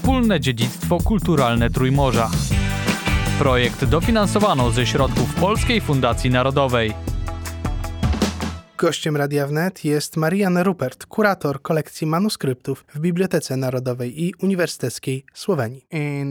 Wspólne dziedzictwo kulturalne Trójmorza. Projekt dofinansowano ze środków Polskiej Fundacji Narodowej. Gościem Radia Wnet jest Marian Rupert, kurator kolekcji manuskryptów w Bibliotece Narodowej i Uniwersyteckiej Słowenii.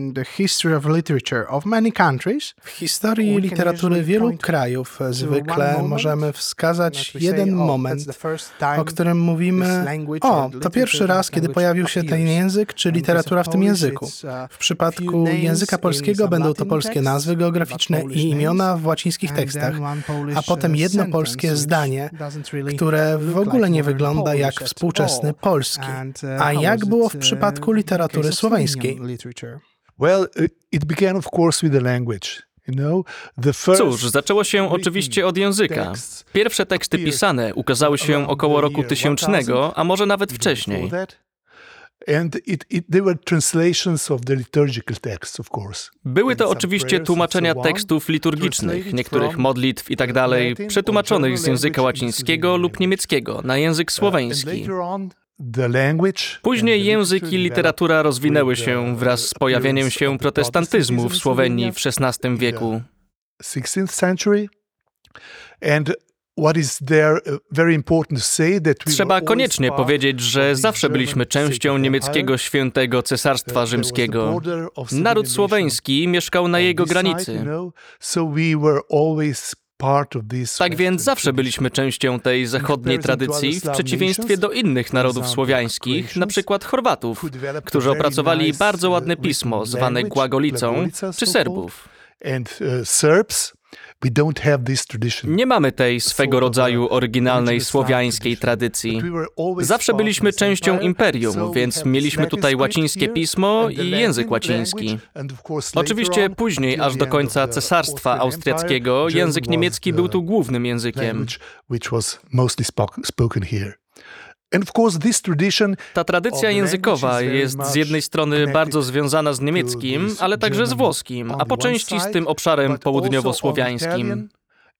W historii literatury wielu krajów zwykle możemy wskazać jeden moment, o którym mówimy: to pierwszy raz, kiedy pojawił się ten język czy literatura w tym języku. W przypadku języka polskiego będą to polskie nazwy geograficzne i imiona w łacińskich tekstach, a potem jedno polskie zdanie, które w ogóle nie wygląda jak współczesny polski. A jak było w przypadku literatury słoweńskiej? Cóż, zaczęło się oczywiście od języka. Pierwsze teksty pisane ukazały się około roku 1000, a może nawet wcześniej. Były to oczywiście tłumaczenia tekstów liturgicznych, niektórych modlitw i tak dalej, przetłumaczonych z języka łacińskiego lub niemieckiego na język słoweński. Później język i literatura rozwinęły się wraz z pojawieniem się protestantyzmu w Słowenii w XVI wieku. Trzeba koniecznie powiedzieć, że zawsze byliśmy częścią niemieckiego świętego Cesarstwa Rzymskiego. Naród słoweński mieszkał na jego granicy. Tak więc zawsze byliśmy częścią tej zachodniej tradycji, w przeciwieństwie do innych narodów słowiańskich, na przykład Chorwatów, którzy opracowali bardzo ładne pismo zwane Głagolicą, czy Serbów. Nie mamy tej swego rodzaju oryginalnej słowiańskiej tradycji. Zawsze byliśmy częścią imperium, więc mieliśmy tutaj łacińskie pismo i język łaciński. Oczywiście później, aż do końca Cesarstwa Austriackiego, język niemiecki był tu głównym językiem. Ta tradycja językowa jest z jednej strony bardzo związana z niemieckim, ale także z włoskim, a po części z tym obszarem południowo-słowiańskim.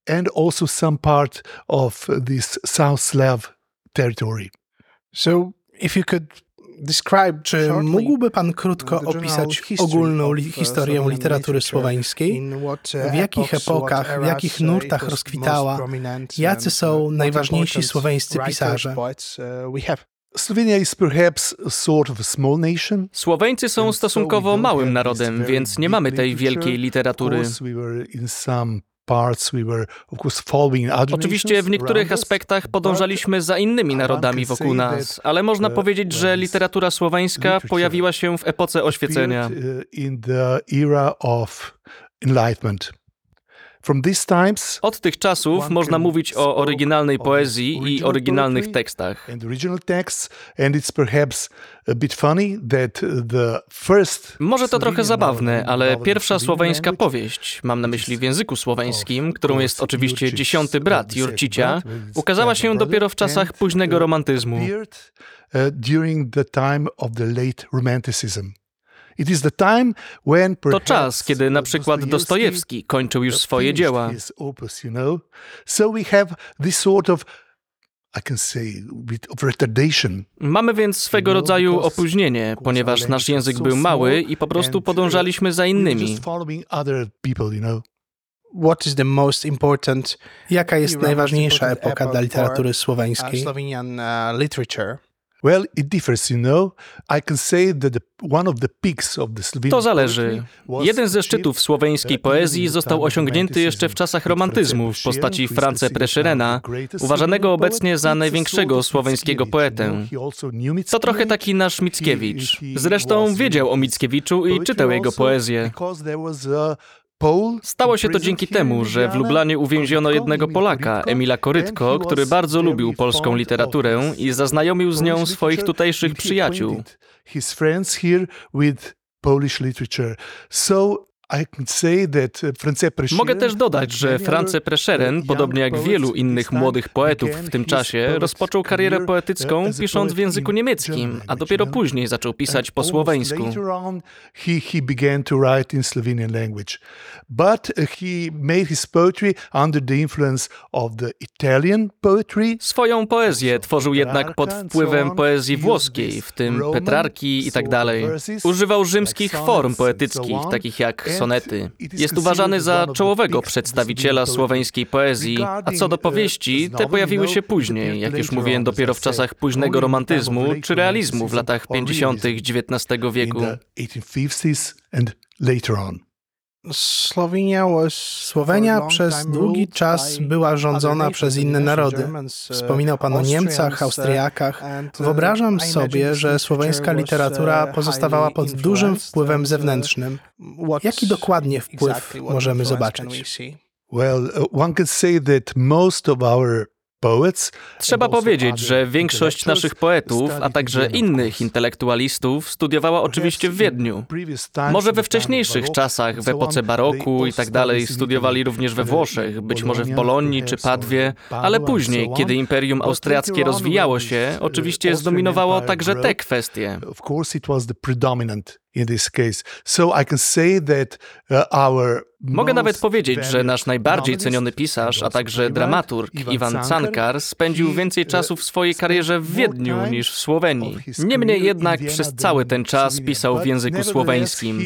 Czy mógłby pan krótko opisać ogólną historię literatury słoweńskiej? W jakich epokach, w jakich nurtach rozkwitała? Jacy są najważniejsi słoweńscy pisarze? Słoweńcy są stosunkowo małym narodem, więc nie mamy tej wielkiej literatury. Oczywiście w niektórych aspektach podążaliśmy za innymi narodami wokół nas, ale można powiedzieć, że literatura słoweńska pojawiła się w epoce oświecenia. Od tych czasów można mówić o oryginalnej poezji i oryginalnych tekstach. Może to trochę zabawne, ale pierwsza słoweńska powieść, mam na myśli w języku słoweńskim, którą jest oczywiście 10. brat Jurčicia, ukazała się dopiero w czasach późnego romantyzmu. To czas, kiedy na przykład Dostojewski kończył już swoje dzieła. Mamy więc swego rodzaju opóźnienie, ponieważ nasz język był mały i po prostu podążaliśmy za innymi. Jaka jest najważniejsza epoka dla literatury słoweńskiej? To zależy. Jeden ze szczytów słoweńskiej poezji został osiągnięty jeszcze w czasach romantyzmu w postaci Franze Prešerena, uważanego obecnie za największego słoweńskiego poetę. To trochę taki nasz Mickiewicz. Zresztą wiedział o Mickiewiczu i czytał jego poezję. Stało się to dzięki temu, że w Lublanie uwięziono jednego Polaka, Emila Korytko, który bardzo lubił polską literaturę i zaznajomił z nią swoich tutejszych przyjaciół. Mogę też dodać, że France Precheren, podobnie jak wielu innych młodych poetów w tym czasie, rozpoczął karierę poetycką pisząc w języku niemieckim, a dopiero później zaczął pisać po słoweńsku. He began to write in Slovenian language. But he made his poetry under the influence of the Italian poetry. Swoją poezję tworzył jednak pod wpływem poezji włoskiej, w tym Petrarki i tak dalej. Używał rzymskich form poetyckich, takich jak sonety. Jest uważany za czołowego przedstawiciela słoweńskiej poezji, a co do powieści, te pojawiły się później, jak już mówiłem, dopiero w czasach późnego romantyzmu czy realizmu w latach 50. XIX wieku. Słowenia przez długi czas była rządzona przez inne narody. Wspominał pan o Niemcach, Austriakach. Wyobrażam sobie, że słoweńska literatura pozostawała pod dużym wpływem zewnętrznym. Jaki dokładnie wpływ możemy zobaczyć? Well, one can say that most of our Trzeba powiedzieć, że większość naszych poetów, a także innych intelektualistów studiowała oczywiście w Wiedniu. Może we wcześniejszych czasach, w epoce baroku i tak dalej, studiowali również we Włoszech, być może w Bolonii czy Padwie, ale później, kiedy Imperium Austriackie rozwijało się, oczywiście zdominowało także te kwestie. Mogę nawet powiedzieć, że nasz najbardziej ceniony pisarz, a także dramaturg Iwan Cankar spędził więcej czasu w swojej karierze w Wiedniu niż w Słowenii. Niemniej jednak przez cały ten czas pisał w języku słoweńskim.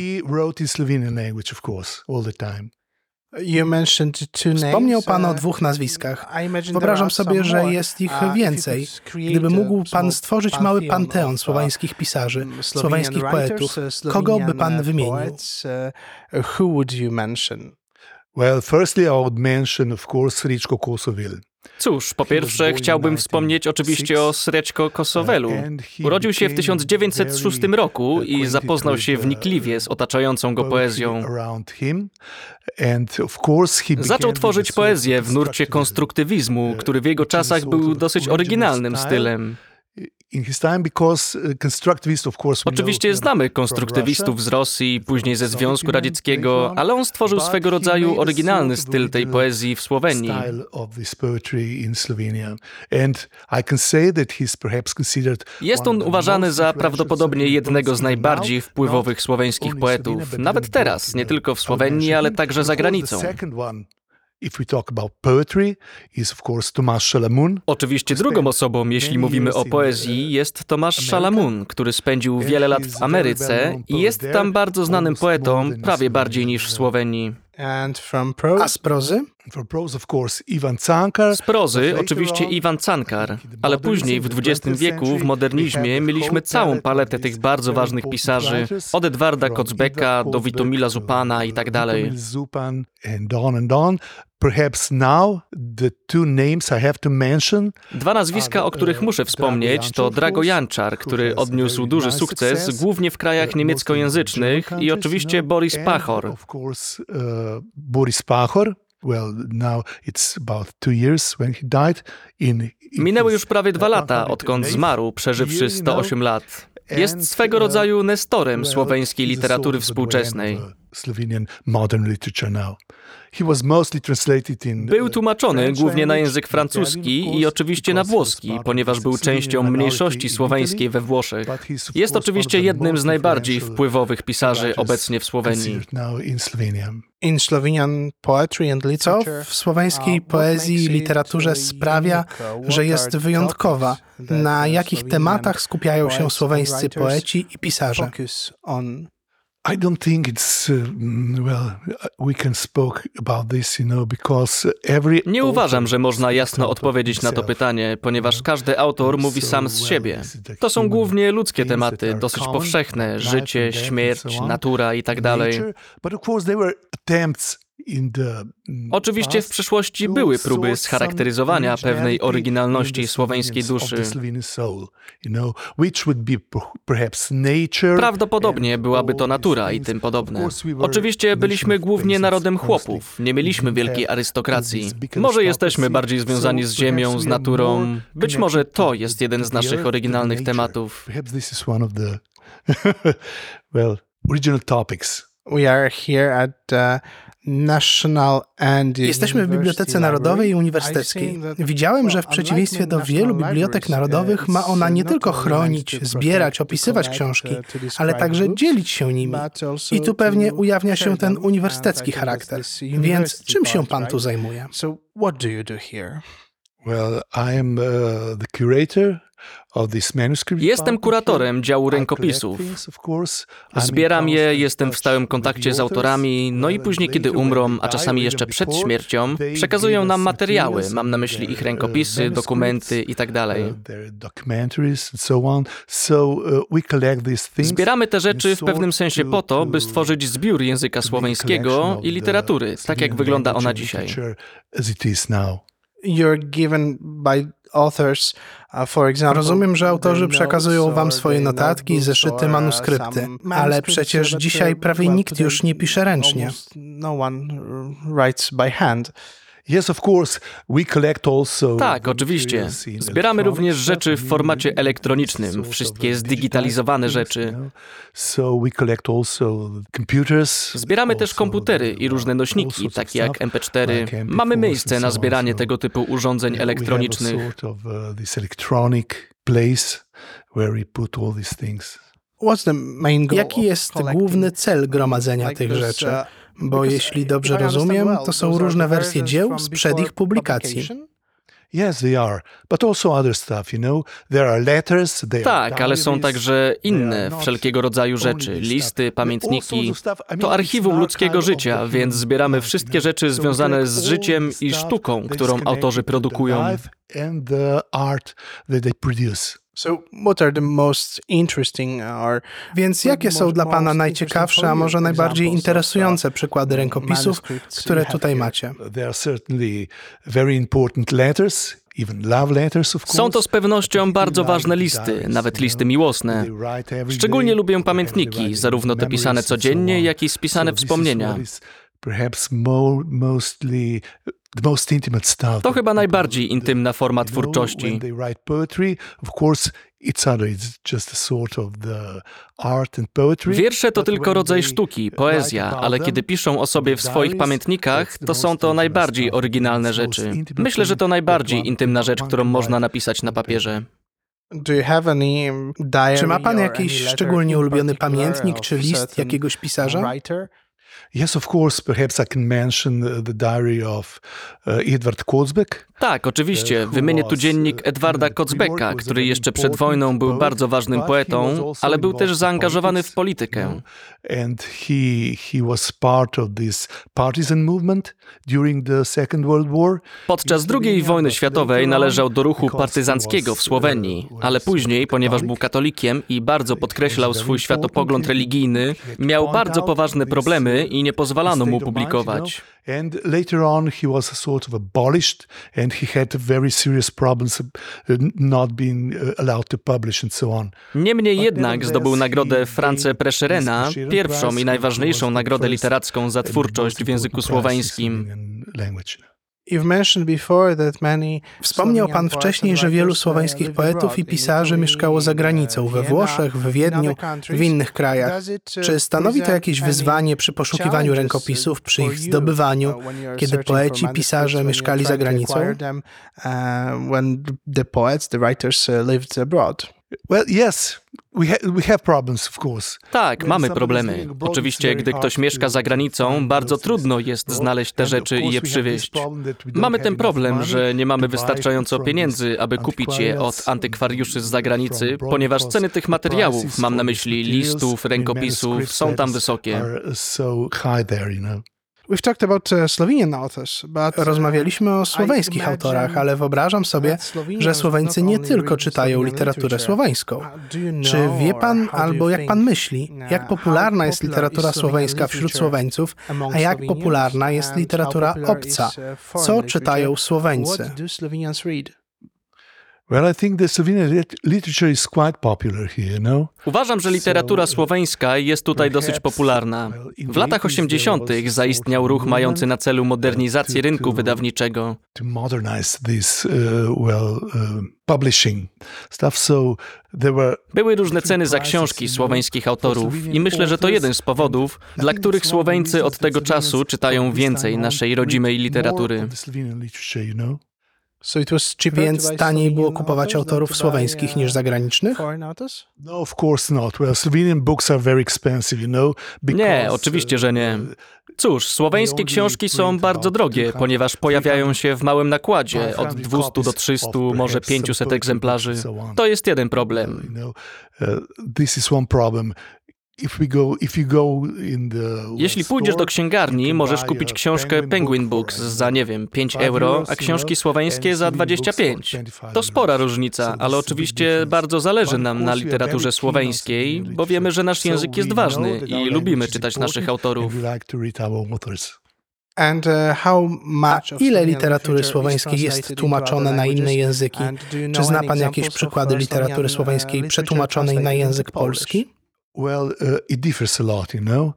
Wspomniał pan o dwóch nazwiskach. Wyobrażam sobie, że jest ich więcej. Gdyby mógł pan stworzyć mały panteon słoweńskich pisarzy, słoweńskich poetów, kogo by pan wymienił? Who would you mention? Well, firstly I would mention, of course, Srećko Kosovel. Cóż, po pierwsze chciałbym wspomnieć oczywiście o Srećko Kosovelu. Urodził się w 1906 roku i zapoznał się wnikliwie z otaczającą go poezją. Zaczął tworzyć poezję w nurcie konstruktywizmu, który w jego czasach był dosyć oryginalnym stylem. Oczywiście znamy konstruktywistów z Rosji i później ze Związku Radzieckiego, ale on stworzył swego rodzaju oryginalny styl tej poezji w Słowenii. Jest on uważany za prawdopodobnie jednego z najbardziej wpływowych słoweńskich poetów, nawet teraz, nie tylko w Słowenii, ale także za granicą. Oczywiście drugą osobą, jeśli mówimy o poezji, jest Tomasz Chalamun, który spędził wiele lat w Ameryce i jest tam bardzo znanym poetą, prawie bardziej niż w Słowenii. A z prozy? Z prozy oczywiście Iwan Cankar, ale później w XX wieku w modernizmie mieliśmy całą paletę tych bardzo ważnych pisarzy, od Edwarda Kocbeka do Witomila Zupana i tak dalej. Dwa nazwiska, o których muszę wspomnieć, to Drago Jančar, który odniósł duży sukces głównie w krajach niemieckojęzycznych, i oczywiście Boris Pachor. Minęły już prawie 2 lata, odkąd zmarł, przeżywszy 108 lat. Jest swego rodzaju nestorem słoweńskiej literatury współczesnej. Był tłumaczony głównie na język francuski i oczywiście na włoski, ponieważ był częścią mniejszości słoweńskiej we Włoszech. Jest oczywiście jednym z najbardziej wpływowych pisarzy obecnie w Słowenii. In Slovenian poetry and literature, w słoweńskiej poezji i literaturze sprawia, że jest wyjątkowa. Na jakich tematach skupiają się słoweńscy poeci i pisarze? I don't think it's we can speak about this, because Nie uważam, że można jasno odpowiedzieć na to pytanie, ponieważ każdy autor mówi sam z siebie. To są głównie ludzkie tematy, dosyć powszechne: życie, śmierć, natura i tak dalej. Oczywiście w przeszłości były próby scharakteryzowania pewnej oryginalności słoweńskiej duszy. Prawdopodobnie byłaby to natura i tym podobne. Oczywiście byliśmy głównie narodem chłopów, nie mieliśmy wielkiej arystokracji. Może jesteśmy bardziej związani z ziemią, z naturą. Być może to jest jeden z naszych oryginalnych tematów. Original topics. Jesteśmy w Bibliotece Narodowej i Uniwersyteckiej. Widziałem, że w przeciwieństwie do wielu bibliotek narodowych ma ona nie tylko chronić, zbierać, opisywać książki, ale także dzielić się nimi. I tu pewnie ujawnia się ten uniwersytecki charakter. Więc czym się pan tu zajmuje? Well, I am the curator of this manuscript. Jestem kuratorem działu rękopisów. Zbieram je, jestem w stałym kontakcie z autorami, no i później, kiedy umrą, a czasami jeszcze przed śmiercią, przekazują nam materiały. Mam na myśli ich rękopisy, dokumenty i tak dalej. Zbieramy te rzeczy w pewnym sensie po to, by stworzyć zbiór języka słoweńskiego i literatury, tak jak wygląda ona dzisiaj. Rozumiem, że autorzy przekazują wam swoje notatki, zeszyty, manuskrypty, ale przecież dzisiaj prawie nikt już nie pisze ręcznie. Tak, oczywiście. Zbieramy również rzeczy w formacie elektronicznym, wszystkie zdigitalizowane rzeczy. Zbieramy też komputery i różne nośniki, takie jak MP4. Mamy miejsce na zbieranie tego typu urządzeń elektronicznych. Jaki jest główny cel gromadzenia tych rzeczy? Bo jeśli dobrze rozumiem, to są różne wersje dzieł sprzed ich publikacji. Tak, ale są także inne wszelkiego rodzaju rzeczy, listy, pamiętniki. To archiwum ludzkiego życia, więc zbieramy wszystkie rzeczy związane z życiem i sztuką, którą autorzy produkują. Więc jakie są dla pana najciekawsze, a może najbardziej interesujące przykłady rękopisów, które tutaj macie? Są to z pewnością bardzo ważne listy, nawet listy miłosne. Szczególnie lubię pamiętniki, zarówno te pisane codziennie, jak i spisane wspomnienia. To chyba najbardziej intymna forma twórczości. Wiersze to tylko rodzaj sztuki, poezja, ale kiedy piszą o sobie w swoich pamiętnikach, to są to najbardziej oryginalne rzeczy. Myślę, że to najbardziej intymna rzecz, którą można napisać na papierze. Czy ma pan jakiś szczególnie ulubiony pamiętnik czy list jakiegoś pisarza? Yes, of course, perhaps I can mention the diary of Edvard Kocbek. Tak, oczywiście. Wymienię tu dziennik Edvarda Kocbeka, który jeszcze przed wojną był bardzo ważnym poetą, ale był też zaangażowany w politykę. And he was part of this partisan movement during the Second World War. Podczas II wojny światowej należał do ruchu partyzanckiego w Słowenii, ale później, ponieważ był katolikiem i bardzo podkreślał swój światopogląd religijny, miał bardzo poważne problemy i nie pozwalano mu publikować. And later on he was sort of abolished and he had very serious problems not being allowed to publish and so on. Niemniej jednak zdobył nagrodę France Prescherena, pierwszą i najważniejszą nagrodę literacką za twórczość w języku słoweńskim. Wspomniał pan wcześniej, że wielu słoweńskich poetów i pisarzy mieszkało za granicą, we Włoszech, w Wiedniu, w innych krajach. Czy stanowi to jakieś wyzwanie przy poszukiwaniu rękopisów, przy ich zdobywaniu, kiedy poeci, pisarze mieszkali za granicą? Well, yes, we have problems, of course. Tak, mamy problemy. Oczywiście, gdy ktoś mieszka za granicą, bardzo trudno jest znaleźć te rzeczy i je przywieźć. Mamy ten problem, że nie mamy wystarczająco pieniędzy, aby kupić je od antykwariuszy z zagranicy, ponieważ ceny tych materiałów, mam na myśli listów, rękopisów, są tam wysokie. Rozmawialiśmy o słoweńskich autorach, ale wyobrażam sobie, że Słoweńcy nie tylko czytają literaturę słoweńską. Czy wie pan, albo jak pan myśli, jak popularna jest literatura słoweńska wśród Słoweńców, a jak popularna jest literatura obca? Co czytają Słoweńcy? Well, I think the Slovenian literature is quite popular here, no? Uważam, że literatura słoweńska jest tutaj dosyć popularna. W latach 80. zaistniał ruch mający na celu modernizację rynku wydawniczego. To modernize this, publishing stuff, so there were... Były różne ceny za książki słoweńskich autorów i myślę, że to jeden z powodów, dla których Słoweńcy od tego czasu czytają więcej naszej rodzimej literatury. Więc taniej było kupować autorów słoweńskich niż zagranicznych? No, of course not. Well, Slovenian books are very expensive, Nie, oczywiście, że nie. Cóż, słoweńskie książki są bardzo drogie, ponieważ pojawiają się w małym nakładzie, od 200 do 300, może 500 egzemplarzy. To jest jeden problem. This is one problem. Jeśli pójdziesz do księgarni, możesz kupić książkę Penguin Books za, nie wiem, 5 euro, a książki słoweńskie za 25. To spora różnica, ale oczywiście bardzo zależy nam na literaturze słoweńskiej, bo wiemy, że nasz język jest ważny i lubimy czytać naszych autorów. Ile literatury słoweńskiej jest tłumaczone na inne języki? Czy zna pan jakieś przykłady literatury słoweńskiej przetłumaczonej na język polski? Well, it differs a lot,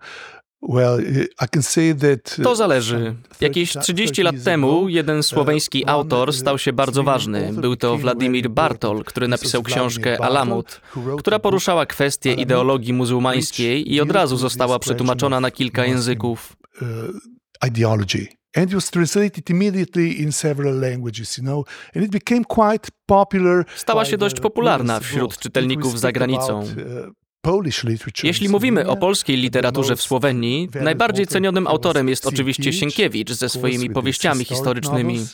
I can say that, To zależy. Jakieś 30 lat temu jeden słoweński autor stał się bardzo ważny. Był to Władimir Bartol, który napisał książkę Alamut, która poruszała kwestie ideologii muzułmańskiej i od razu została przetłumaczona na kilka języków. Ideology. And it was translated immediately in several languages, and it became quite popular. Stała się dość popularna wśród czytelników za granicą. Jeśli mówimy o polskiej literaturze w Słowenii, najbardziej cenionym autorem jest oczywiście Sienkiewicz ze swoimi powieściami historycznymi.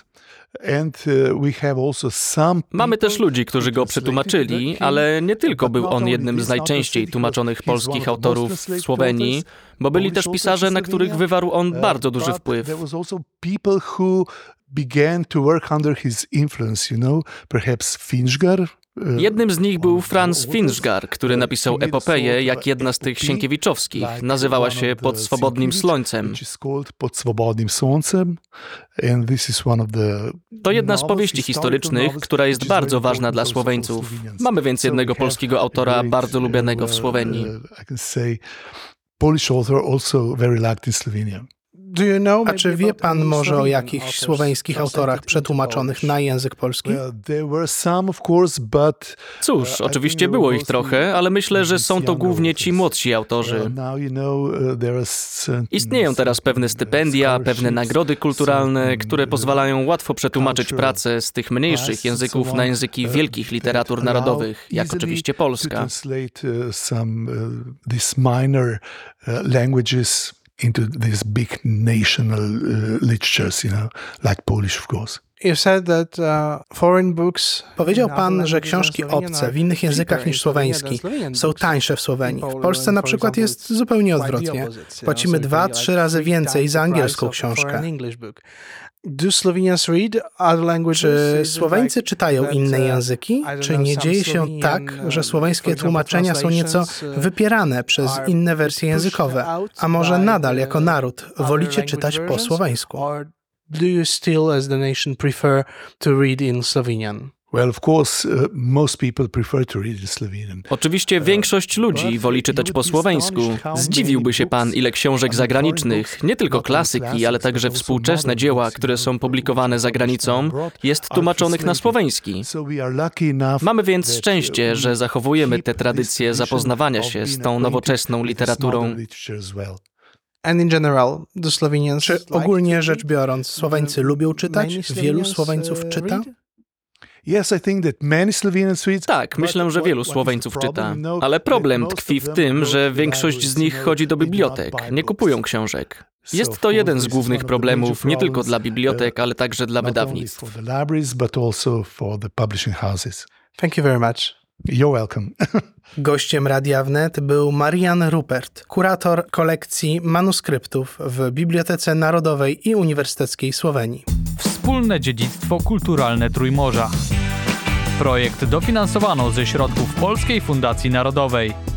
Mamy też ludzi, którzy go przetłumaczyli, ale nie tylko był on jednym z najczęściej tłumaczonych polskich autorów w Słowenii, bo byli też pisarze, na których wywarł on bardzo duży wpływ. Began to work under his influence, perhaps Finchgar. Jednym z nich był Franz Finchgar, który napisał epopeję jak jedna z tych sienkiewiczowskich. Nazywała się Pod swobodnym słońcem. To jedna z powieści historycznych, która jest bardzo ważna dla Słoweńców. Mamy więc jednego polskiego autora bardzo lubianego w Słowenii. Polish author also very liked in Slovenia. A czy wie pan może o jakichś słoweńskich autorach przetłumaczonych na język polski? Cóż, oczywiście było ich trochę, ale myślę, że są to głównie ci młodsi autorzy. Istnieją teraz pewne stypendia, pewne nagrody kulturalne, które pozwalają łatwo przetłumaczyć pracę z tych mniejszych języków na języki wielkich literatur narodowych, jak oczywiście polska. Into these big national literatures, like Polish, of course. Powiedział pan, że książki obce w innych językach niż słoweński są tańsze w Słowenii. W Polsce na przykład jest zupełnie odwrotnie. Płacimy 2-3 razy więcej za angielską książkę. Czy Słoweńcy czytają inne języki? Czy nie dzieje się tak, że słoweńskie tłumaczenia są nieco wypierane przez inne wersje językowe? A może nadal jako naród wolicie czytać po słoweńsku? Do you still as the nation prefer to read in Slovenian? Well, of course, most people prefer to read in Slovenian. Oczywiście większość ludzi woli czytać po słoweńsku. Zdziwiłby się pan, ile książek zagranicznych, nie tylko klasyki, ale także współczesne dzieła, które są publikowane za granicą, jest tłumaczonych na słoweński. Mamy więc szczęście, że zachowujemy tę tradycję zapoznawania się z tą nowoczesną literaturą. Czy ogólnie rzecz biorąc, Słoweńcy lubią czytać? Wielu Słoweńców czyta? Tak, myślę, że wielu Słoweńców czyta. Ale problem tkwi w tym, że większość z nich chodzi do bibliotek, nie kupują książek. Jest to jeden z głównych problemów nie tylko dla bibliotek, ale także dla wydawnictw. Thank you very much. You're welcome. Gościem Radia Wnet był Marian Rupert, kurator kolekcji manuskryptów w Bibliotece Narodowej i Uniwersyteckiej Słowenii. Wspólne dziedzictwo kulturalne Trójmorza. Projekt dofinansowano ze środków Polskiej Fundacji Narodowej.